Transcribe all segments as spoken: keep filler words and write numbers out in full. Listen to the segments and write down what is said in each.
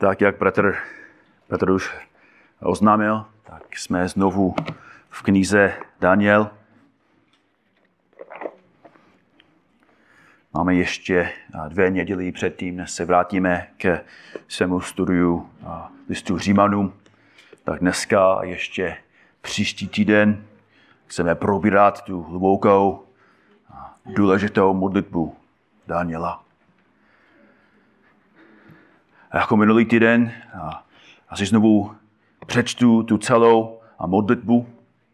Tak jak Petr, Petr už oznámil, tak jsme znovu v knize Daniel. Máme ještě dvě neděle předtím, než se vrátíme ke svému studiu listu Římanům. Tak dneska a ještě příští týden chceme probírat tu hlubokou a důležitou modlitbu Daniela. A jako minulý týden a asi znovu přečtu tu celou a modlitbu.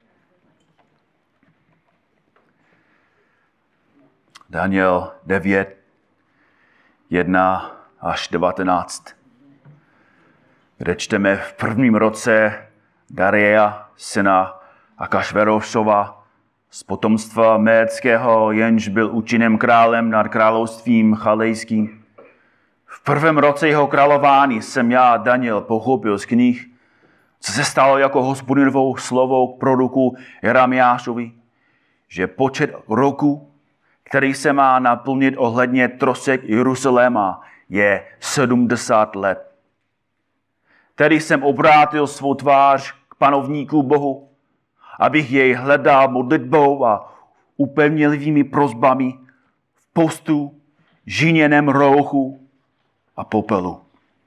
Daniel devět, jedna až devatenáct. Kde čteme v prvním roce Daria, syna Akašverošova, z potomstva Médského, jenž byl účinným králem nad královstvím chalejským. V prvém roce jeho králování jsem já, Daniel, pochopil z knih, co se stalo jako Hospodinovou slovou k proroku Jeremiášovi, že počet roku, který se má naplnit ohledně trosek Jeruzaléma, je sedmdesát let. Tedy jsem obrátil svou tvář k panovníku Bohu, abych jej hledal modlitbou a upevnilými prosbami v postu, žíněném rouchu a popelu.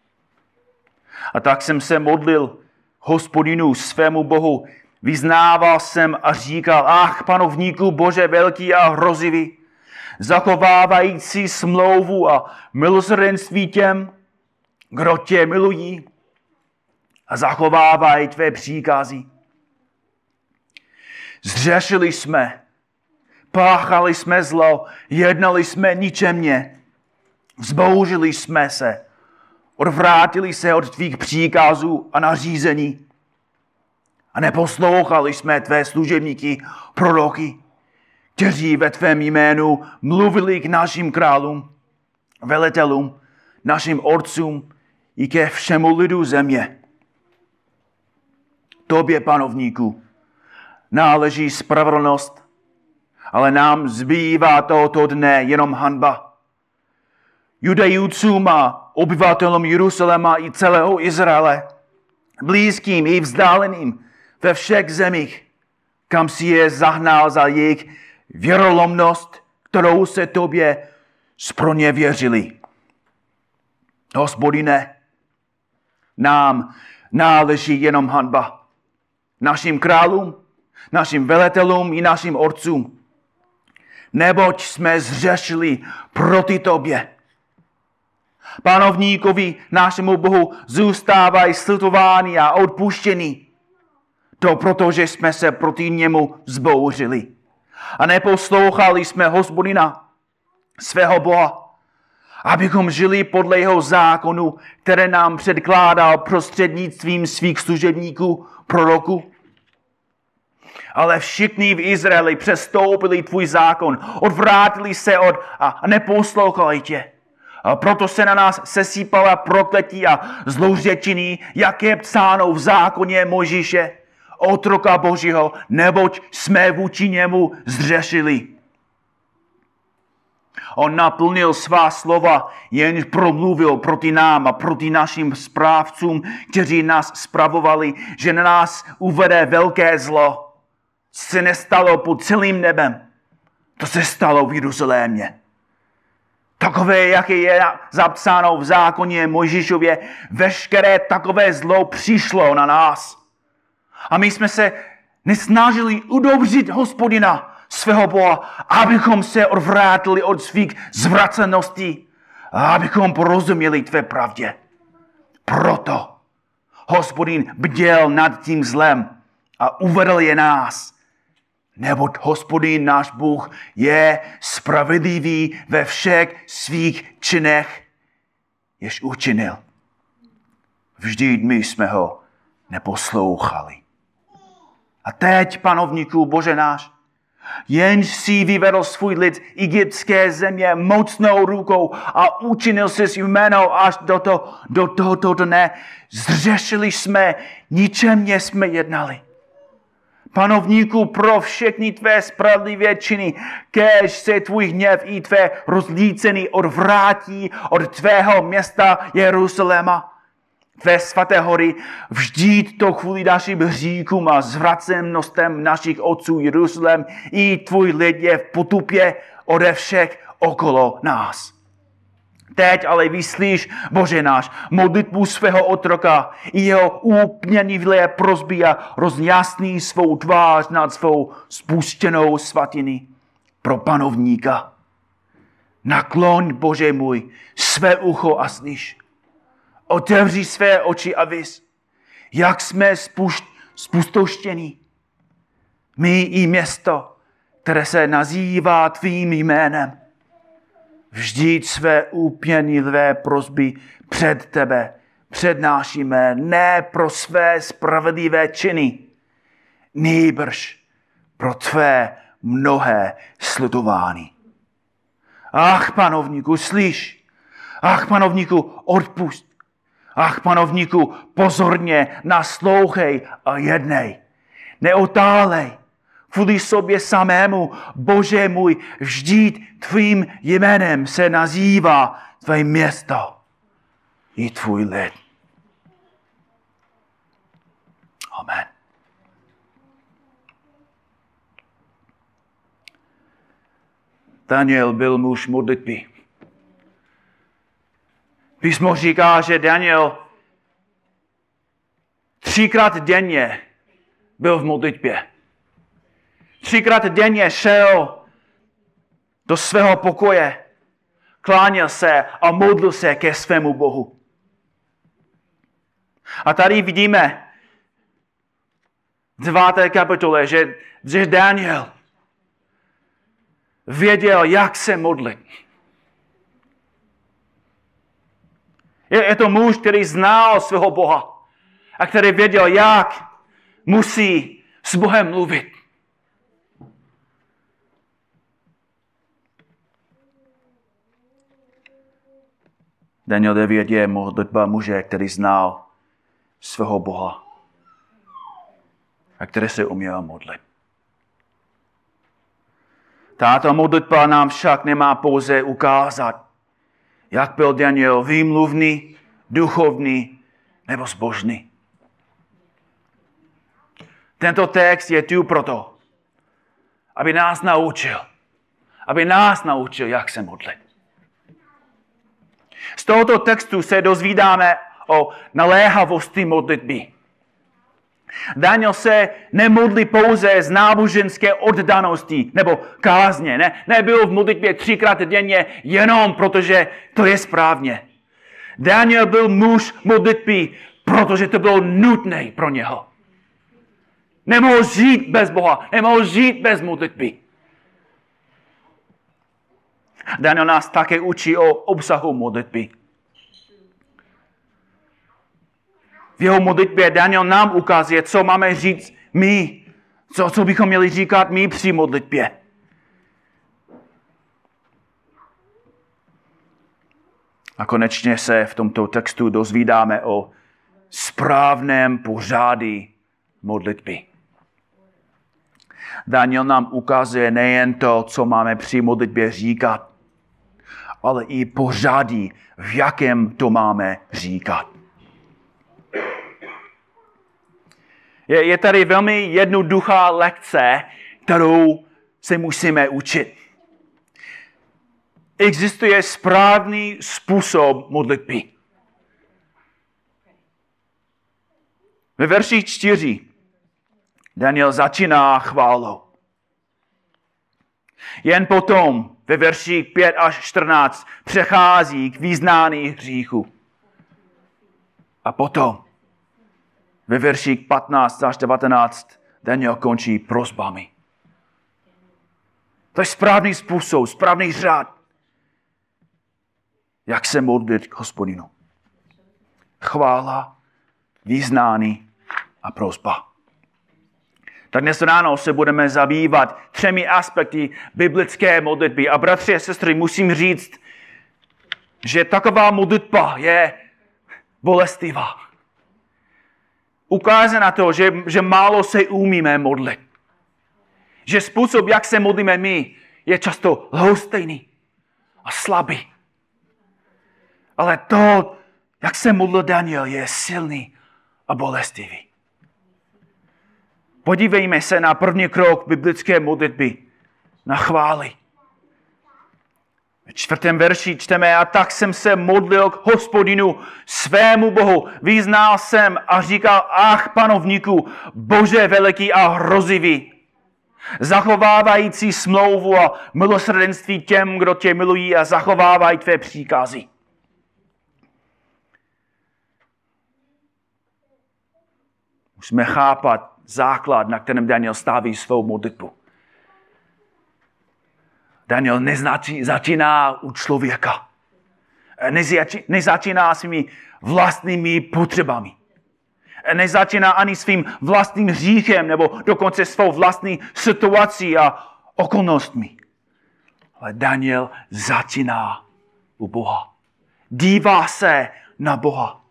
A tak jsem se modlil Hospodinu svému Bohu, vyznával jsem a říkal, ach, panovníku Bože velký a hrozivý, zachovávající smlouvu a milosrdenství těm, kdo tě milují a zachovávají tvé příkazy. Zřešili jsme, páchali jsme zlo, jednali jsme ničemně, vzbouřili jsme se, odvrátili se od tvých příkazů a nařízení a neposlouchali jsme tvé služebníky, proroky, kteří ve tvém jménu mluvili k našim králům, velitelům, našim otcům i ke všemu lidu země. Tobě, panovníku, náleží spravedlnost, ale nám zbývá tohoto dne jenom hanba. Judejůcům a obyvatelům Jeruzaléma i celého Izraele, blízkým i vzdáleným ve všech zemích, kam si je zahnal za jejich věrolomnost, kterou se tobě zpronevěřili. Hospodine, nám náleží jenom hanba. Našim králům, našim velitelům i našim otcům. Neboť jsme zřešili proti tobě. Panovníkovi, našemu Bohu, zůstávají slitování a odpuštění. To proto, že jsme se proti němu vzbouřili. A neposlouchali jsme Hospodina, svého Boha, abychom žili podle jeho zákonu, které nám předkládal prostřednictvím svých služebníků, proroků. Ale všichni v Izraeli přestoupili tvůj zákon, odvrátili se od a neposlouchali tě. A proto se na nás sesípala prokletí a zlouřečení, jak je psáno v zákoně Mojžíše, otroka Božího, neboť jsme vůči němu zřešili. On naplnil svá slova, jenž promluvil proti nám a proti našim správcům, kteří nás spravovali, že na nás uvede velké zlo. Co se nestalo pod celým nebem, to se stalo v Jeruzalémě. Takové, jaké je zapsáno v zákoně Mojžíšově, veškeré takové zlo přišlo na nás. A my jsme se nesnažili udobřit Hospodina, svého Boha, abychom se odvrátili od svých zvraceností a abychom porozuměli tvé pravdě. Proto Hospodin bděl nad tím zlem a uvedl je nás. Neboť Hospodin náš Bůh je spravedlivý ve všech svých činech, jež učinil. Vždyť my jsme ho neposlouchali. A teď, panovníku Bože náš, jenž si vyvedl svůj lid z egyptské země mocnou rukou a učinil si jméno až do, to, do tohoto dne, zřešili jsme, ničemně jsme jednali. Panovníku, pro všechny tvé spravedlivé činy, kéž se tvůj hněv i tvé rozlícení odvrátí od tvého města Jeruzaléma. tvé svaté hory, vždyť to kvůli našim hříchům a zvracenostem našich otců Jeruzalém i tvůj lid je v potupě ode všech okolo nás. Teď ale vyslíš, Bože náš, modlitbu svého otroka i jeho úpněnivlé prosby a rozjasní svou tvář nad svou spuštěnou svatiny pro panovníka. Nakloň, Bože můj, své ucho a slyš. Otevři své oči a vis, jak jsme spušť, spustoštění. My i město, které se nazývá tvým jménem. Vždyť své úpěnlivé prosby před tebe přednášíme ne pro své spravedlivé činy, nýbrž pro tvé mnohé slutování. Ach, panovníku, slyš. Ach, panovníku, odpust. Ach, panovníku, pozorně naslouchej a jednej. Neotálej. Kvůli sobě samému, Bože můj, vždyť tvým jménem se nazývá tvé město i tvůj lid. Amen. Daniel byl muž modlitby. Písmo říká, že Daniel třikrát denně byl v modlitbě. Třikrát denně šel do svého pokoje, kláněl se a modlil se ke svému Bohu. A tady vidíme v deváté kapitole, že, že Daniel věděl, jak se modlit. Je, je to muž, který znal svého Boha a který věděl, jak musí s Bohem mluvit. Daniel devět je modlitba muže, který znal svého Boha a který se uměl modlit. Tato modlitba nám však nemá pouze ukázat, jak byl Daniel výmluvný, duchovní nebo zbožný. Tento text je tu proto, aby nás naučil, aby nás naučil, jak se modlit. Z tohoto textu se dozvídáme o naléhavosti modlitby. Daniel se nemodlí pouze z náboženské oddanosti nebo kázně. Ne, nebyl v modlitbě třikrát denně jenom protože to je správně. Daniel byl muž modlitby, protože to bylo nutné pro něho. Nemohl žít bez Boha, nemohl žít bez modlitby. Daniel nás také učí o obsahu modlitby. V jeho modlitbě Daniel nám ukazuje, co máme říct my, co, co bychom měli říkat my při modlitbě. A konečně se v tomto textu dozvídáme o správném pořádí modlitby. Daniel nám ukazuje nejen to, co máme při modlitbě říkat, ale i pořádí, v jakém to máme říkat. Je, je tady velmi jednoduchá lekce, kterou se musíme učit. Existuje správný způsob modlitby. Ve verši čtyři Daniel začíná chválou. Jen potom ve verších pět až čtrnáct přechází k význání hříchu. A potom ve verších patnáct až devatenáct Daniel končí prosbami. To je správný způsob, správný řád, jak se modlit k Hospodinu. Chvála, význání a prosba. Tak dnes ráno se budeme zabývat třemi aspekty biblické modlitby. A bratři a sestry, musím říct, že taková modlitba je bolestivá. Ukázá na to, že, že málo se umíme modlit. Že způsob, jak se modlíme my, je často lhostejný a slabý. Ale to Jak se modlil Daniel, je silný a bolestivý. Podívejme se na první krok biblické modlitby, na chvály. V čtvrtém verši čteme, a tak jsem se modlil k Hospodinu, svému Bohu. Vyznal jsem a říkal, ach, panovníku, Bože veliký a hrozivý, zachovávající smlouvu a milosrdenství těm, kdo tě milují a zachovávají tvé příkazy. Musíme chápat základ, na kterém Daniel staví svou modlitbu. Daniel nezačíná u člověka. Nezačíná svými vlastními potřebami. Nezačíná ani svým vlastním hříchem nebo dokonce svou vlastní situací a okolnostmi. Ale Daniel začíná u Boha. Dívá se na Boha.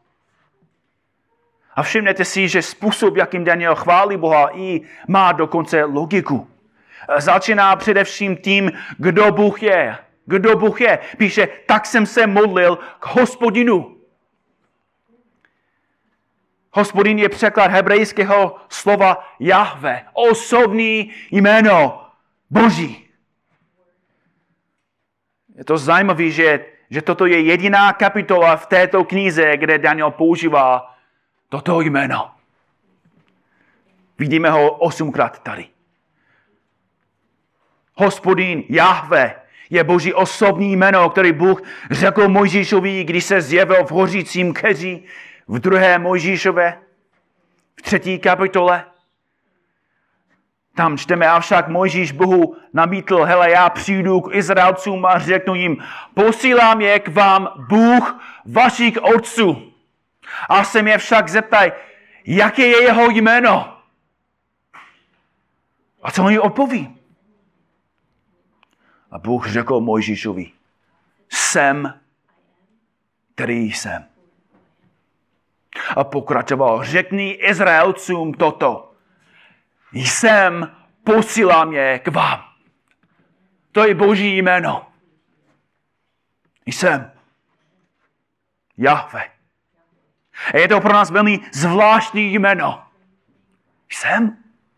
A všimněte si, že způsob, jakým Daniel chválí Boha, i má dokonce logiku. Začíná především tím, kdo Bůh je. Kdo Bůh je. Píše, tak jsem se modlil k Hospodinu. Hospodin je překlad hebrejského slova Jahve. Osobní jméno Boží. Je to zajímavé, že, že toto je jediná kapitola v této knize, kde Daniel používá toto jméno. Vidíme ho osmkrát tady. Hospodin Jahve je Boží osobní jméno, který Bůh řekl Mojžíšovi, když se zjevil v hořícím keři, v druhé Mojžíšové, v třetí kapitole. Tam čteme, avšak Mojžíš Bohu namítl, hele, já přijdu k Izraelcům a řeknu jim, posílám je k vám Bůh vašich otců. A se mě však zeptaj, jaké je jeho jméno? A co oni odpoví? A Bůh řekl Mojžíšovi, jsem, který jsem. A pokračoval, řekni Izraelcům toto, jsem, posílám je k vám. To je Boží jméno. Jsem. Jahve. A je to pro nás velmi zvláštní jméno. Jsem.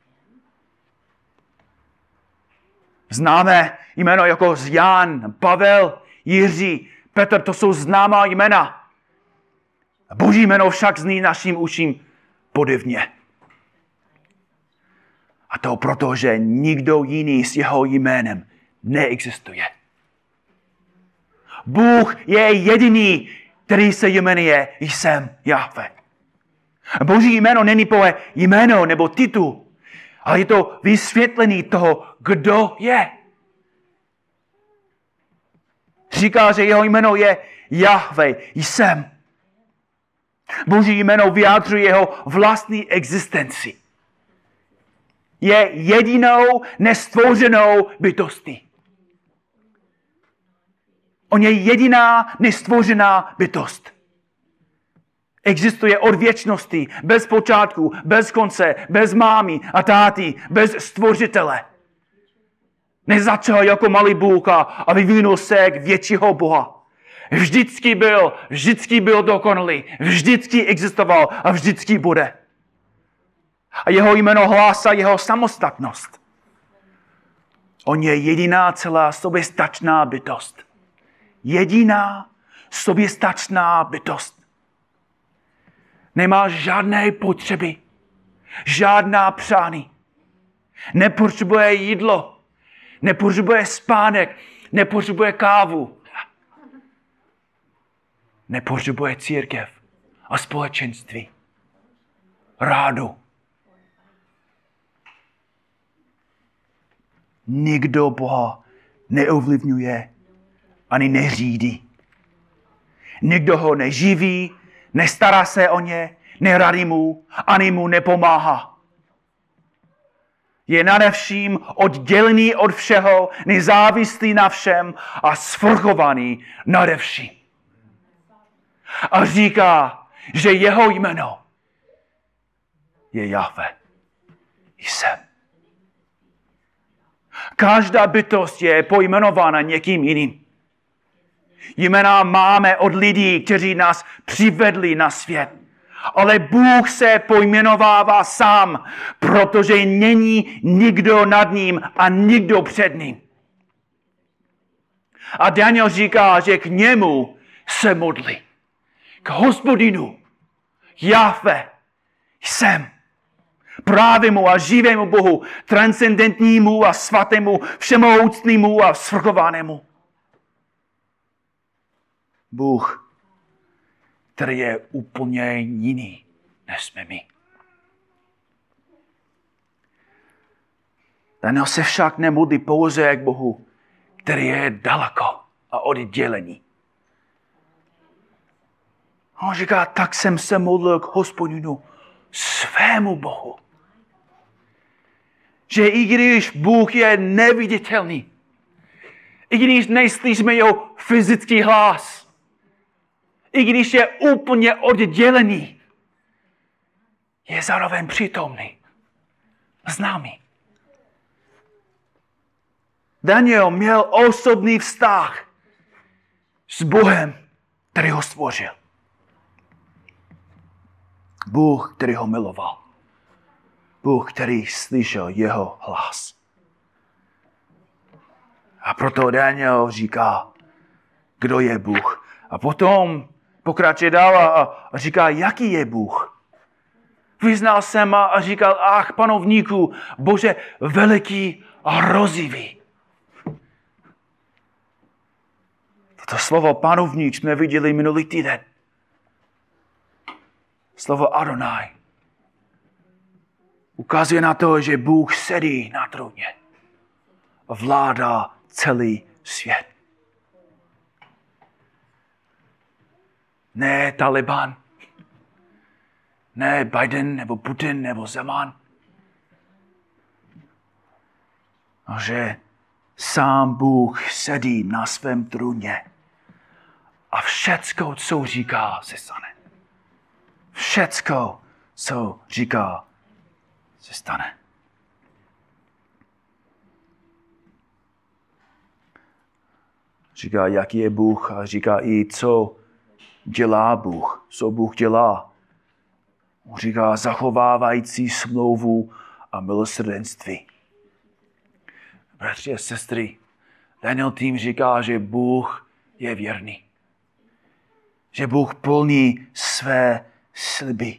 Známe jméno jako Jan, Pavel, Jiří, Petr, to jsou známá jména. Boží jméno však zní naším uším podivně. A to proto, že nikdo jiný s jeho jménem neexistuje. Bůh je jediný, který se jmenuje Jsem Jahve. Boží jméno není pouze jméno nebo titul, ale je to vysvětlení toho, kdo je. Říká, že jeho jméno je Jahve, Jsem. Boží jméno vyjádřuje jeho vlastní existenci. Je jedinou nestvořenou bytostí. On je jediná nestvořená bytost. Existuje od věčnosti, bez počátku, bez konce, bez mámy a táty, bez stvořitele. Nezačal jako malý Bůh a vyvinul se k většího Boha. Vždycky byl, vždycky byl dokonalý, vždycky existoval a vždycky bude. A jeho jméno hlásá jeho samostatnost. On je jediná celá soběstačná bytost. Jediná soběstačná bytost. Nemá žádné potřeby, žádná přání. Nepotřebuje jídlo, nepotřebuje spánek, nepotřebuje kávu. Nepotřebuje církev a společenství. Rádu. Nikdo Boha neovlivňuje ani neřídí. Nikdo ho neživí, nestará se o ně, neradí mu, ani mu nepomáhá. Je nadevším oddělený od všeho, nezávislý na všem a svrchovaný nadevším. A říká, že jeho jméno je Jahve. Jsem. Každá bytost je pojmenována někým jiným. Jména máme od lidí, kteří nás přivedli na svět. Ale Bůh se pojmenovává sám, protože není nikdo nad ním a nikdo před ním. A Daniel říká, že k němu se modlí. K Hospodinu, Jahve, jsem. Pravému a živému Bohu, transcendentnímu a svatému, všemohoucnému a svrchovanému. Bůh, který je úplně jiný, než jsme my. Daniel se však nemodlí pouze k Bohu, který je daleko a oddělený. On říká, tak jsem se modlil k Hospodinu, svému Bohu. Že i když Bůh je neviditelný, i když neslyšíme jeho fyzický hlas, i když je úplně oddělený, je zároveň přítomný s námi. Daniel měl osobní vztah s Bohem, který ho stvořil. Bůh, který ho miloval. Bůh, který slyšel jeho hlas. A proto Daniel říká, kdo je Bůh. A potom pokračuje dál a, a říká, jaký je Bůh. Vyznal jsem a, a říkal, ach, panovníku, Bože, veliký a hrozivý. Toto slovo panovník jsme viděli minulý týden. Slovo Adonai ukazuje na to, že Bůh sedí na trůně a vládá celý svět. Ne Taliban, ne Biden, nebo Putin, nebo Zeman. A že sám Bůh sedí na svém trůně a všecko, co říká, se stane. Všecko, co říká, se stane. Říká, jaký je Bůh a říká i, co dělá Bůh, co Bůh dělá. On říká, zachovávající smlouvu a milosrdenství. Bratři a sestry, Daniel tím říká, že Bůh je věrný. Že Bůh plní své sliby.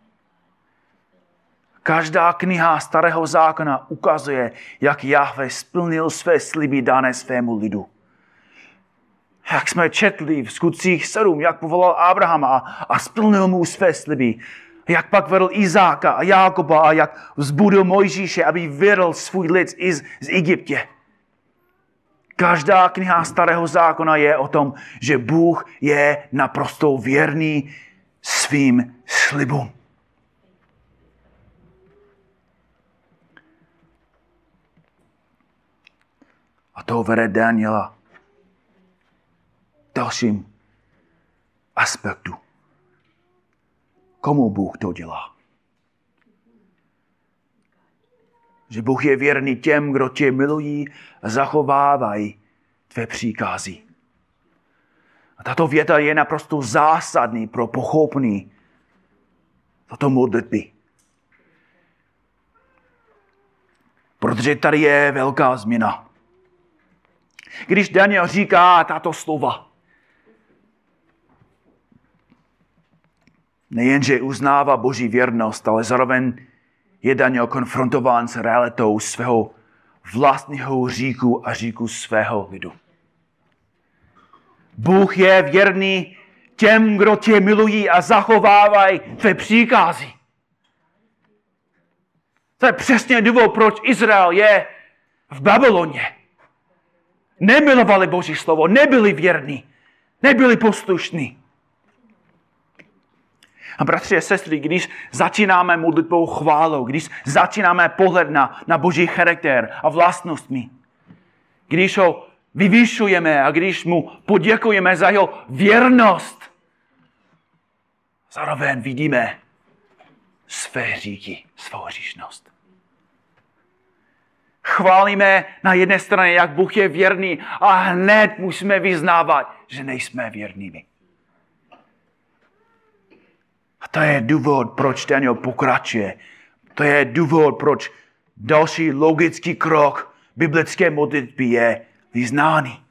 Každá kniha Starého zákona ukazuje, jak Jahve splnil své sliby dané svému lidu. Jak jsme četli v Skutcích sedm, jak povolal Abrahama a splnil mu své sliby. Jak pak vedl Izáka a Jákoba a jak vzbudil Mojžíše, aby vedl svůj lid z, z Egyptě. Každá kniha Starého zákona je o tom, že Bůh je naprosto věrný svým slibům. A to vede Daniela dalším aspektu. Komu Bůh to dělá? Že Bůh je věrný těm, kdo tě milují a zachovávají tvé příkazy. A tato věta je naprosto zásadní pro pochopení tato modlitby. Protože tady je velká změna. Když Daniel říká tato slova, nejenže uznává Boží věrnost, ale zároveň je Daniel konfrontován s realitou svého vlastního říku a říku svého lidu. Bůh je věrný těm, kdo tě milují a zachovávají tvé příkazy. To je přesně důvod, proč Izrael je v Babyloně. Nemilovali Boží slovo, nebyli věrní, nebyli poslušní. A bratři a sestry, když začínáme modlitbou chválou, když začínáme pohled na, na Boží charakter a vlastnostmi, když ho vyvyšujeme a když mu poděkujeme za jeho věrnost, zároveň vidíme své hříchy, svou hříšnost. Chválíme na jedné straně, jak Bůh je věrný a hned musíme vyznávat, že nejsme věrnými. A to je důvod, proč Daniel pokračuje. To je důvod, proč další logický krok biblické modlitby je vyznání.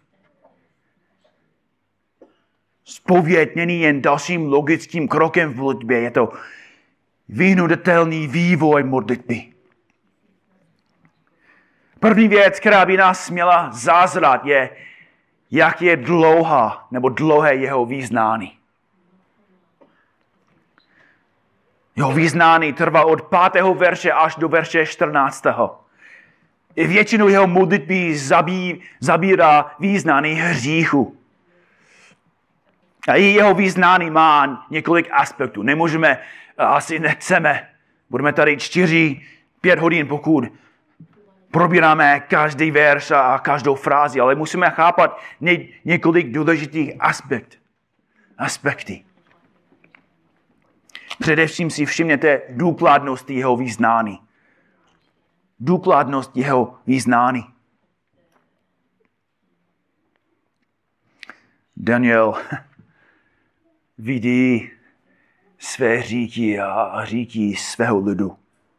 Zpověď není jen dalším logickým krokem v modlitbě, je to vyhnutelný vývoj modlitby. První věc, která by nás měla zázrat, je, jak je dlouhá nebo dlouhé jeho vyznání. Jeho vyznání trvá od pátého verše až do verše čtrnáctého. I většinu jeho modlitby zabí, zabírá vyznání hříchu. A i jeho vyznání má několik aspektů. Nemůžeme, asi nechceme. Budeme tady čtyři, pět hodin, pokud probíráme každý verš a každou frázi, ale musíme chápat ně, několik důležitých aspekt, aspekty. Především si všimněte důkladnost jeho vyznání. Důkladnost jeho vyznání. Daniel vidí své hříchy a hříchy svého lidu.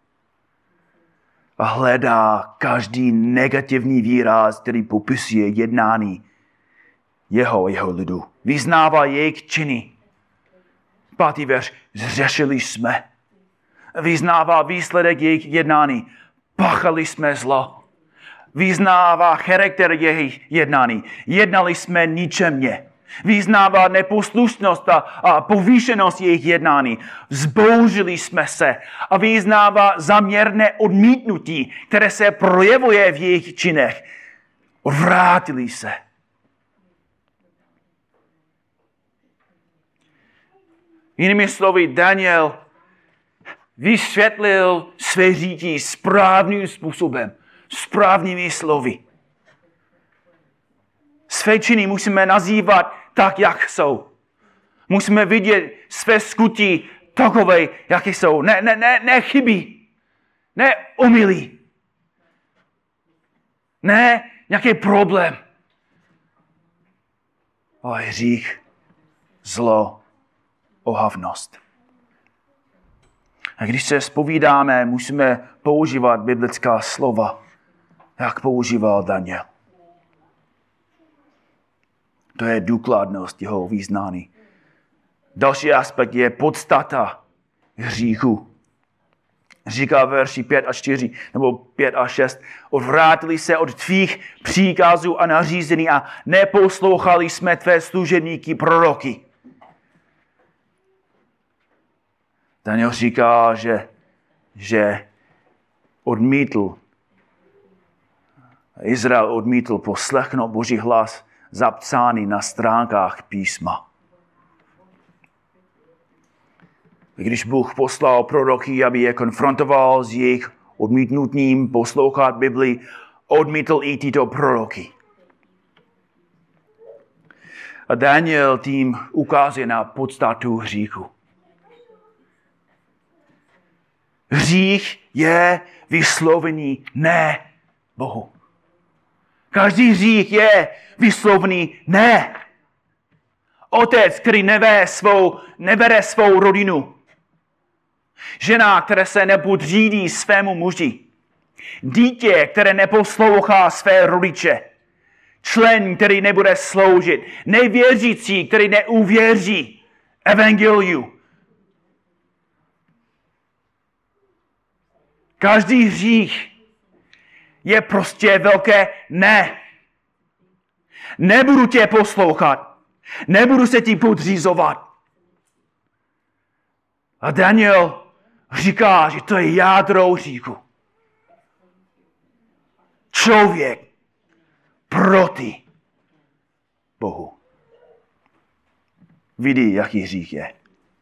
A hledá každý negativní výraz, který popisuje jednání jeho, jeho lidu. Vyznává jejich činy. Pátý verš. Zřešili jsme. Vyznává výsledek jejich jednání. Páchali jsme zlo. Vyznává charakter jejich jednání. Jednali jsme ničemně. Vyznává neposlušnost a, a povýšenost jejich jednání. Vzbouřili jsme se a vyznává záměrné odmítnutí, které se projevuje v jejich činech. Odvrátili se. Jinými slovy, Daniel vysvětlil své hříchy správným způsobem, správnými slovy. Své činy musíme nazývat tak, jak jsou. Musíme vidět své skutky takové, jaké jsou. Ne, ne, ne, ne chybí. Ne omylí. Ne nějaký problém. Ale hřích, zlo, ohavnost. A když se zpovídáme, musíme používat biblická slova, jak používal Daniel. To je důkladnost jeho vyznání. Další aspekt je podstata hříchu. Říká verši pět a čtyři, nebo pět a šest. Odvrátili se od tvých příkazů a nařízení a neposlouchali jsme tvé služebníky proroky. Daniel říká, že, že odmítl, Izrael odmítl poslechnout Boží hlas zapsaný na stránkách písma. Když Bůh poslal proroky, aby je konfrontoval s jejich odmítnutím poslouchat Bibli, odmítl i tyto proroky. A Daniel tím ukazuje na podstatu hříchu. Hřích je vyslovený ne Bohu. Každý hřích je vyslovený ne. Otec, který nebere svou, nebere svou rodinu. Žena, která se nepodřídí svému muži. Dítě, které neposlouchá své rodiče. Člen, který nebude sloužit. Nevěřící, který neuvěří evangeliu. Každý hřích je prostě velké ne. Nebudu tě poslouchat. Nebudu se ti podřízovat. A Daniel říká, že to je jádro hříchu. Člověk proti Bohu. Vidí, jaký hřích je.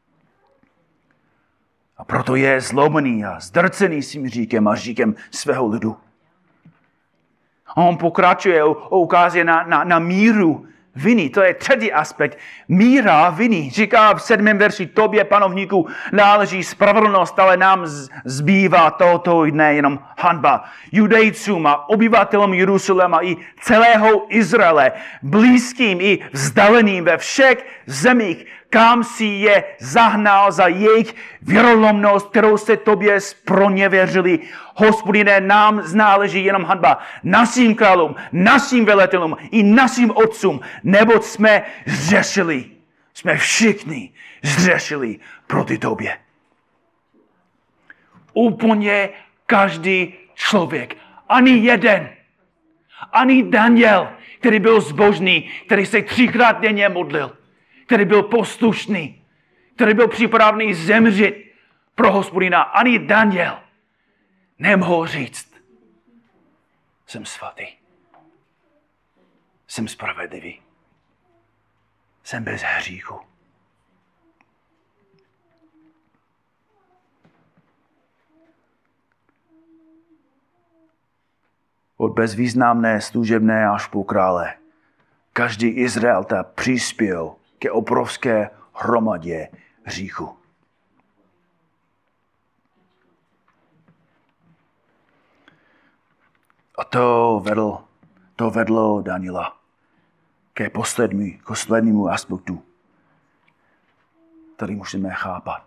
A proto je zlomený a zdrcený svým hříkem a hříkem svého lidu. A on pokračuje, ukazuje na, na, na míru viny. To je třetí aspekt. Míra viny. Říká v sedmém verši, tobě, panovníku, náleží spravedlnost, ale nám zbývá tohoto dne jenom hanba. Judejcům a obyvatelům Jeruzaléma i celého Izraele, blízkým i vzdaleným ve všech zemích, kam si je zahnal za jejich věrolomnost, kterou se tobě zproněvěřili. Hospodine, nám ználeží jenom hanba. Našim králům, našim velitelům i našim otcům, neboť jsme zřešili. Jsme všichni zřešili proti tobě. Úplně každý člověk, ani jeden, ani Daniel, který byl zbožný, který se třikrát denně modlil, který byl poslušný, který byl připravený zemřít pro Hospodina, ani Daniel nemohl říct, jsem svatý, jsem spravedlivý, jsem bez hříchu. Od bezvýznamné služebné až po krále. Každý Izraelita přispěl ke obrovské hromadě hříchu. A to vedlo, to vedlo Daniela ke poslední, poslednímu aspektu, který musíme chápat.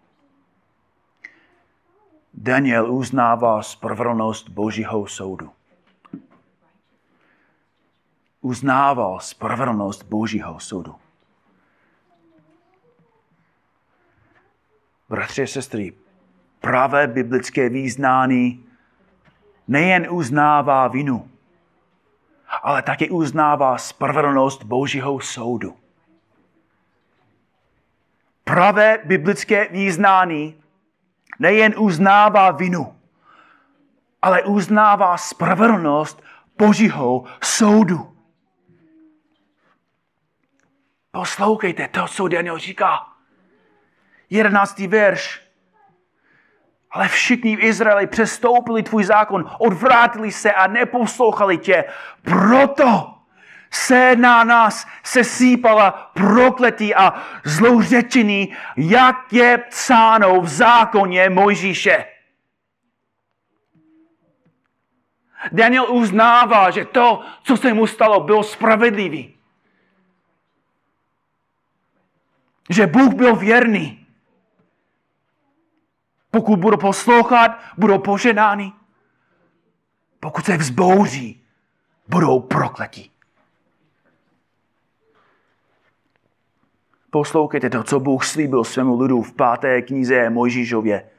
Daniel uznává spravedlnost Božího soudu. Uznával spravedlnost Božího soudu. Bratři a sestry, pravé biblické význání nejen uznává vinu, ale také uznává spravedlnost Božího soudu. Pravé biblické význání nejen uznává vinu, ale uznává spravedlnost Božího soudu. Poslouchejte to, co Daniel říká. Jedenáctý verš. Ale všichni v Izraeli přestoupili tvůj zákon, odvrátili se a neposlouchali tě. Proto se na nás sesýpala prokletí a zlouřečení, jak je psáno v zákoně Mojžíše. Daniel uznává, že to, co se mu stalo, bylo spravedlivý. Že Bůh byl věrný. Pokud budou poslouchat, budou poženáni. Pokud se vzbouří, budou prokletí. Poslouchejte to, co Bůh slíbil svému lidu v páté knize Mojžíšově.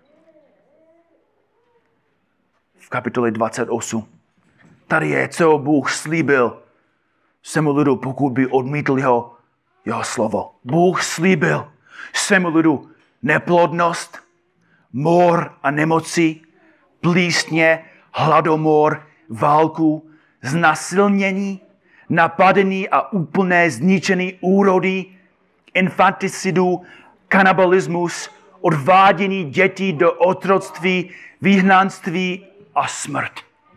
V kapitole dvacet osm. Tady je, co Bůh slíbil svému lidu, pokud by odmítl jeho, jeho slovo. Bůh slíbil svému lidu neplodnost, mor a nemoci, plísně, hladomor, válku, znasilnění, napadení a úplné zničení úrody, infanticidu, kanibalismus, odvádění dětí do otroctví, vyhnanství a smrt.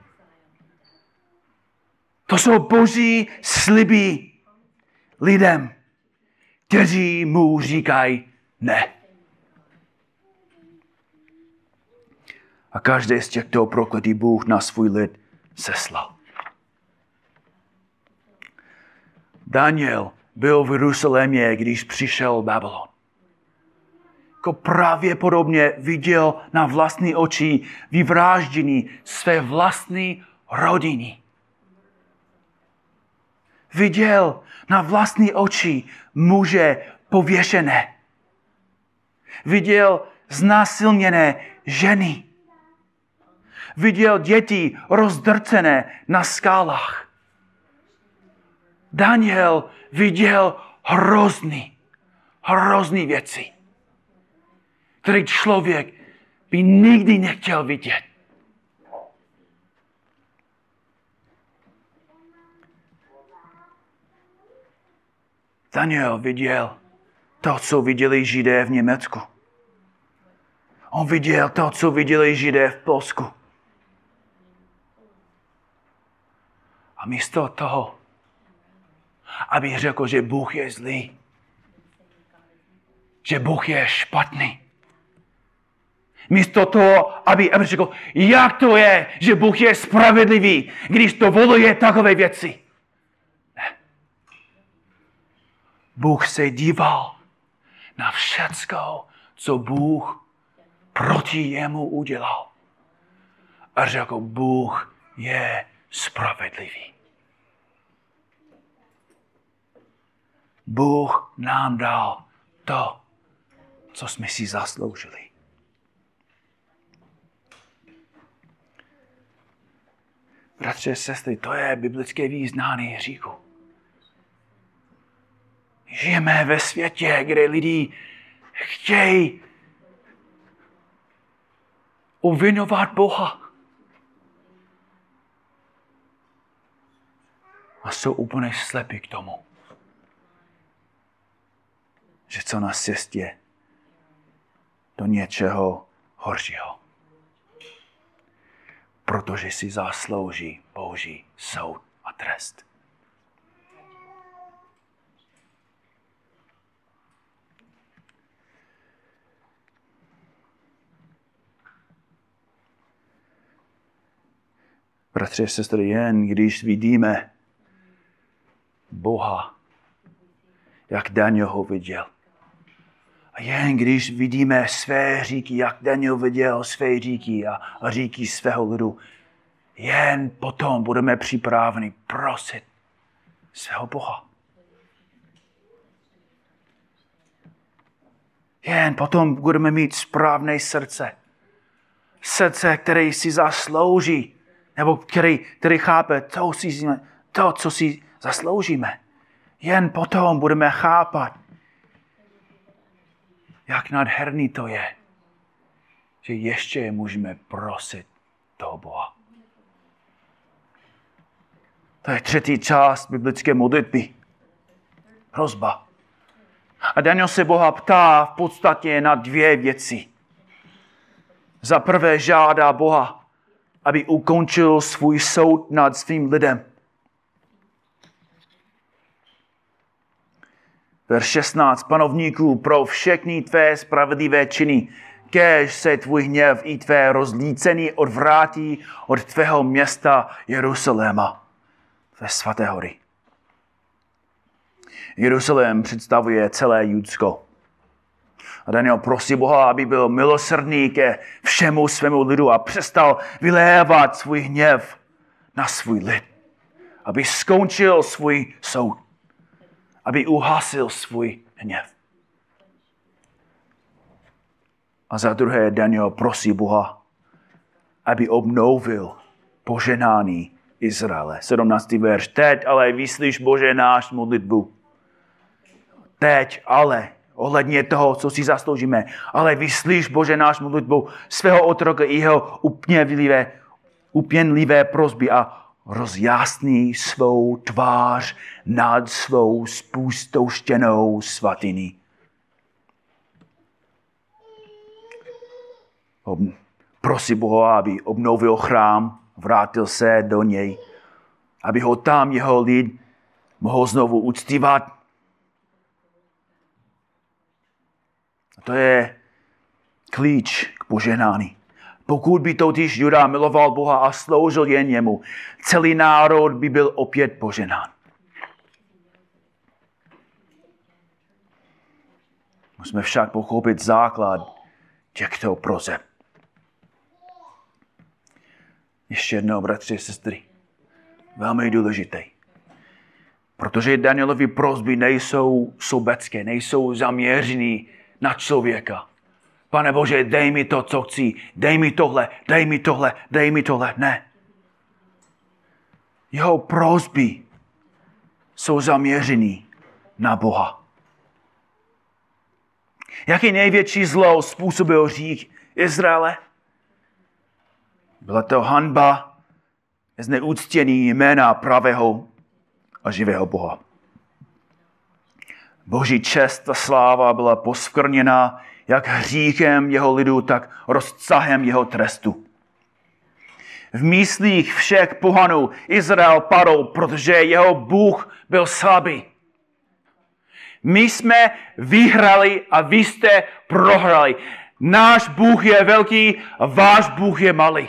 To jsou Boží sliby lidem, kteří mu říkají ne. A každý z těchto prokletí Bůh na svůj lid seslal. Daniel byl v Jeruzalémě, když přišel Babylon. Jako pravděpodobně viděl na vlastní oči vyvráždění své vlastní rodiny. Viděl na vlastní oči muže pověšené. Viděl znásilněné ženy. Viděl děti rozdrcené na skálách. Daniel viděl hrozný, hrozný věci, které člověk by nikdy nechtěl vidět. Daniel viděl to, co viděli Židé v Německu. On viděl to, co viděli Židé v Polsku. A místo toho, aby řekl, že Bůh je zlý. Že Bůh je špatný. Místo toho, aby, aby řekl, jak to je, že Bůh je spravedlivý, když to voluje takové věci. Ne. Bůh se díval na všecko, co Bůh proti jemu udělal. A řekl, Bůh je spravedlivý. Bůh nám dal to, co jsme si zasloužili. Bratři a sestry, to je biblické význání hříchu. Žijeme ve světě, kde lidi chtějí obvinovat Boha. A jsou úplně slepí k tomu, že co na cestě do něčeho horšího. Protože si zaslouží Boží soud a trest. Bratři a sestry, jen když vidíme Boha, jak Daniel ho viděl. A jen když vidíme své říky, jak Daniel viděl své říky a, a říky svého lidu, jen potom budeme připraveni prosit svého Boha. Jen potom budeme mít správné srdce. Srdce, které si zaslouží, nebo který, který chápe to, to, co si zasloužíme. Jen potom budeme chápat, jak nádherný to je, že ještě můžeme prosit toho Boha. To je třetí část biblické modlitby. Prosba. A Daniel se Boha ptá v podstatě na dvě věci. Za prvé žádá Boha, aby ukončil svůj soud nad svým lidem. Verš šestnáct. Panovníku, pro všechny tvé spravedlivé činy, kéž se tvůj hněv i tvé rozlícení odvrátí od tvého města Jeruzaléma, tvé svaté hory. Jeruzalém představuje celé Judsko. A Daniel prosí Boha, aby byl milosrdný ke všemu svému lidu a přestal vylévat svůj hněv na svůj lid. Aby skončil svůj soud. Aby uhasil svůj hněv. A za druhé Daniel prosí Boha, aby obnovil poženání Izraele. sedmnáctý verš. Teď ale vyslyš, Bože, náš modlitbu. Teď ale, ohledně toho, co si zasloužíme, ale vyslyš, Bože, náš modlitbu svého otroka i jeho upněnlivé, upěnlivé prosby a rozjasní svou tvář nad svou spustouštěnou svatyní. Prosí Boha, aby obnovil chrám, vrátil se do něj, aby ho tam jeho lid mohl znovu uctívat. A to je klíč k požehnání. Pokud by totiž Juda miloval Boha a sloužil jen jemu, celý národ by byl opět poženán. Musíme však pochopit základ těchto proseb. Ještě jednou, bratři a sestry, velmi důležitý. Protože Danielovy prosby nejsou sobecké, nejsou zaměřený na člověka. Pane Bože, dej mi to, co chci, dej mi tohle, dej mi tohle, dej mi tohle. Ne. Jeho prosby jsou zaměřený na Boha. Jaký největší zlo způsobil hřích Izraele? Byla to hanba, zneuctění jména pravého a živého Boha. Boží čest a sláva byla poskvrněna jak hříchem jeho lidu, tak rozsahem jeho trestu. V myslích všech pohanů Izrael padl, protože jeho Bůh byl slabý. My jsme vyhrali a vy jste prohrali. Náš Bůh je velký a váš Bůh je malý.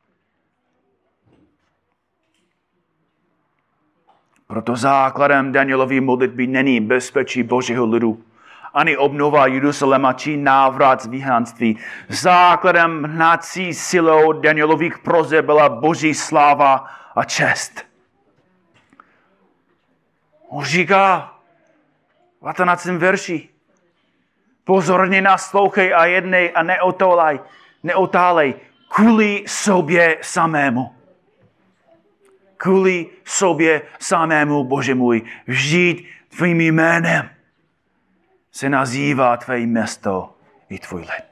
Proto základem Danielovy modlitby není bezpečí Božího lidu, ani obnova Jeruzaléma či návrat z vyhnanství. Základem hnací silou Danielových proseb byla Boží sláva a čest. On říká v patnáctém verši: pozorně naslouchej a jednej a neotálej, neotálej kvůli sobě samému. Kvůli sobě samému, Bože můj, vždyť tvým jménem se nazývá tvé město i tvůj lid.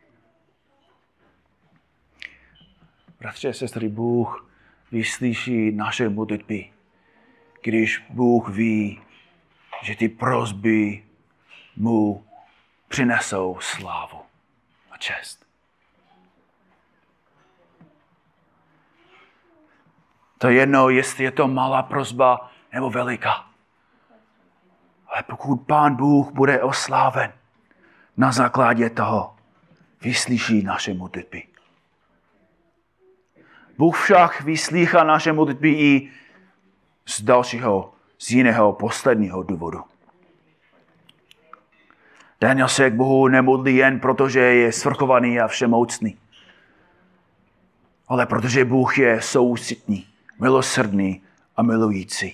Bratři a sestry, Bůh vyslyší naše modlitby, když Bůh ví, že ty prosby mu přinesou slávu a čest. To je jedno, jestli je to malá prosba nebo veliká. Ale pokud Pán Bůh bude osláven, na základě toho vyslyší naše modlitby. Bůh však vyslýchá naše modlitby i z dalšího, z jiného, posledního důvodu. Daniel se k Bohu nemodlí jen proto, že je svrchovaný a všemocný, ale protože Bůh je soucitný, milosrdný a milující.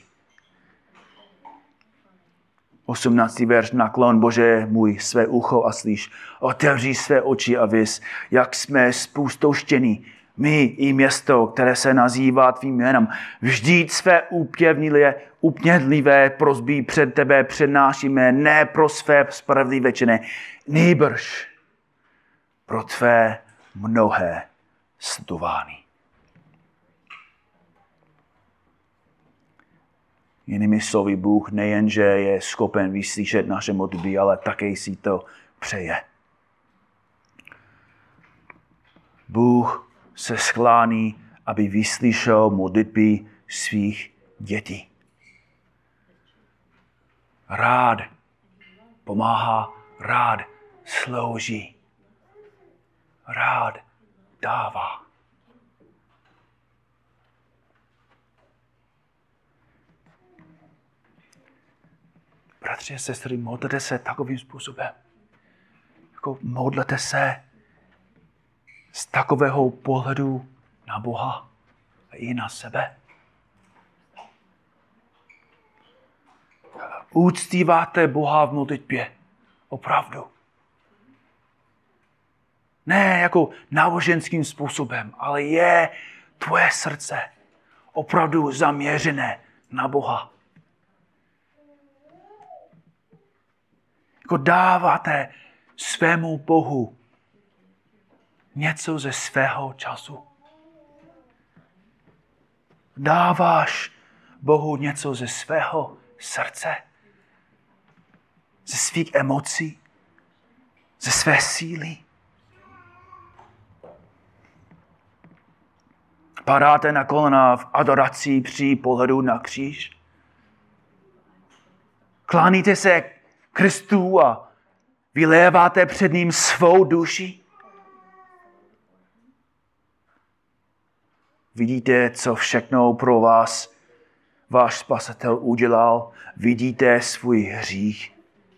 osmnáctý verš: naklon, Bože můj, své ucho a slyš, otevří své oči a vis, jak jsme spustouštěni, my i město, které se nazývá tvým jménem. Vždyť své úpěnlivé prosby před tebe přednášíme, ne pro své spravedlivé činy, nýbrž pro tvé mnohé slitování. Jinými slovy, Bůh nejenže je schopen vyslyšet naše modlitby, ale také si to přeje. Bůh se sklání, aby vyslyšel modlitby svých dětí. Rád pomáhá, rád slouží, rád dává. Bratři a sestry, modlete se takovým způsobem. Jako modlete se z takového pohledu na Boha a i na sebe. Uctíváte Boha v modlitbě. Opravdu. Ne jako náboženským způsobem, ale je tvoje srdce opravdu zaměřené na Boha. Jako dáváte svému Bohu něco ze svého času. Dáváš Bohu něco ze svého srdce, ze svých emocí, ze své síly. Padáte na kolena v adoraci při pohledu na kříž. Kláníte se Kristu a vyléváte před ním svou duši. Vidíte, co všechno pro vás váš spasitel udělal. Vidíte svůj hřích.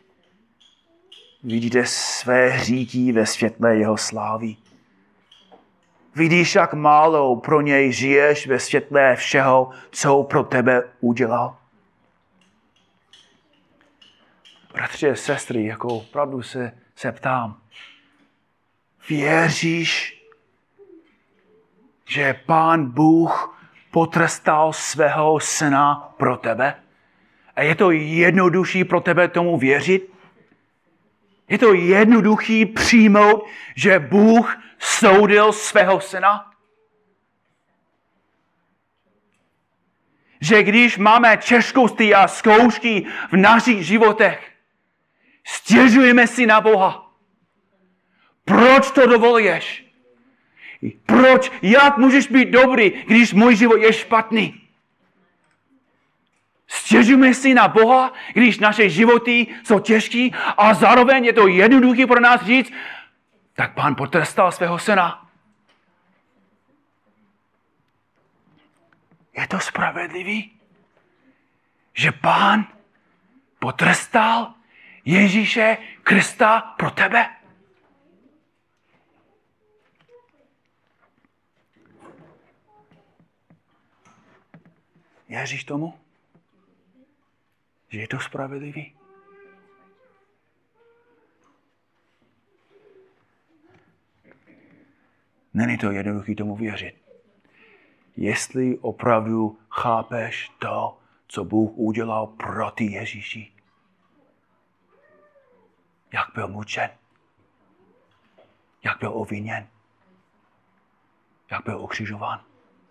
Vidíte své hříchy ve světle jeho slávy. Vidíš, jak málo pro něj žiješ ve světle všeho, co pro tebe udělal. Bratři a sestry, jako opravdu se, se ptám, věříš, že Pán Bůh potrestal svého syna pro tebe? A je to jednodušší pro tebe tomu věřit? Je to jednoduchý přijmout, že Bůh soudil svého syna? Že když máme těžkosti a zkoušky v našich životech, stěžujeme si na Boha. Proč to dovoluješ? Proč? Jak můžeš být dobrý, když můj život je špatný? Stěžujeme si na Boha, když naše životy jsou těžké a zároveň je to jednoduché pro nás říct, tak Pán potrestal svého syna. Je to spravedlivý, že Pán potrestal Ježíše Krista pro tebe? Věříš tomu, že je to spravedlivý? Není to jednoduché tomu věřit. Jestli opravdu chápeš to, co Bůh udělal proti Ježíši. Jak byl mučen. Jak byl obviněn. Jak byl ukřižován.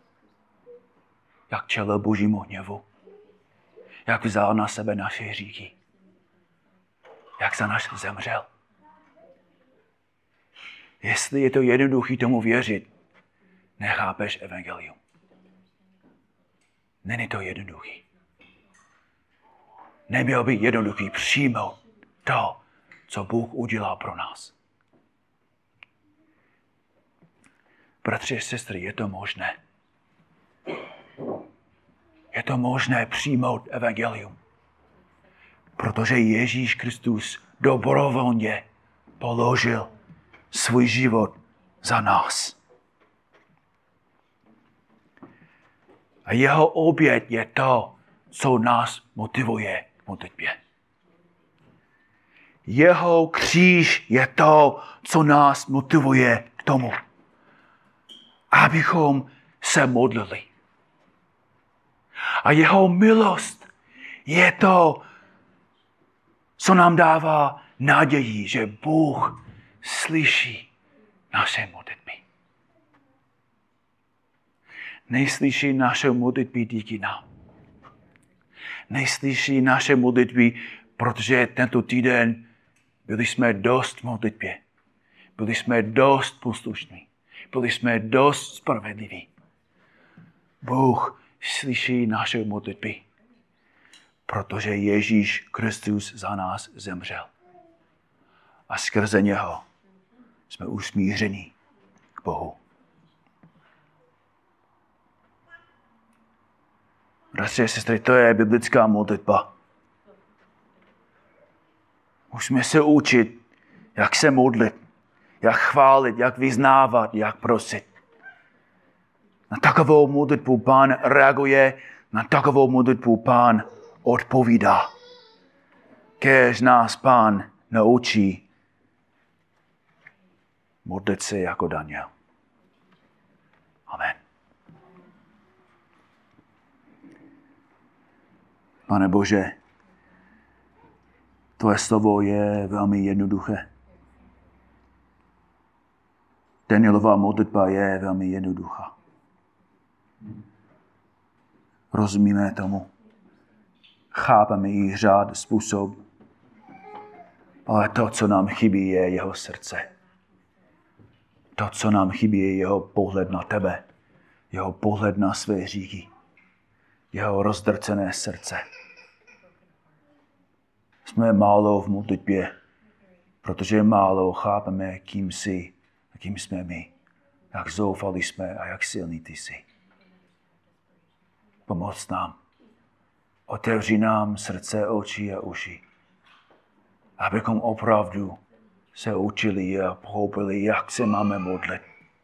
Jak čelil Božímu hněvu. Jak vzal na sebe naše hříchy. Jak za nás zemřel. Jestli je to jednoduché tomu věřit, nechápeš evangelium. Není to jednoduchý. Neměl by jednoduchý přijmout to, co Bůh udělal pro nás. Bratři a sestry, je to možné. Je to možné přijmout evangelium. Protože Ježíš Kristus dobrovolně položil svůj život za nás. A jeho oběť je to, co nás motivuje k modlitbě. Jeho kříž je to, co nás motivuje k tomu, abychom se modlili. A jeho milost je to, co nám dává naději, že Bůh slyší naše modlitby. Neslyší naše modlitby díky nám. Neslyší naše modlitby, protože tento týden byli jsme dost v modlitbě. Byli jsme dost poslušní. Byli jsme dost spravedliví. Bůh slyší naše modlitby, protože Ježíš Kristus za nás zemřel. A skrze něho jsme usmíření k Bohu. Bratři a sestry, to je biblická modlitba. Musíme se učit, jak se modlit, jak chválit, jak vyznávat, jak prosit. Na takovou modlitbu Pán reaguje, na takovou modlitbu Pán odpovídá. Kéž nás Pán naučí modlit se jako Daniel. Amen. Pane Bože, tvoje slovo je velmi jednoduché. Danielova modlitba je velmi jednoduchá. Rozumíme tomu. Chápeme jí řád, způsob. Ale to, co nám chybí, je jeho srdce. To, co nám chybí, je jeho pohled na tebe. Jeho pohled na své hříchy. Jeho rozdrcené srdce. Jsme málo v modlitbě, protože málo chápeme, kým jsi a kým jsme my. Jak zoufali jsme a jak silný ty jsi. Pomoc nám. Otevři nám srdce, oči a uši. Abychom opravdu se učili a pochopili, jak se máme modlit.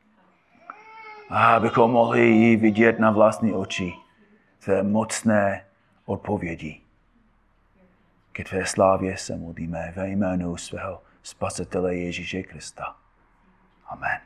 A abychom mohli ji vidět na vlastní oči. Tvé mocné odpovědi. Ke tvé slávě se modlíme ve jménu svého Spasitele Ježíše Krista. Amen.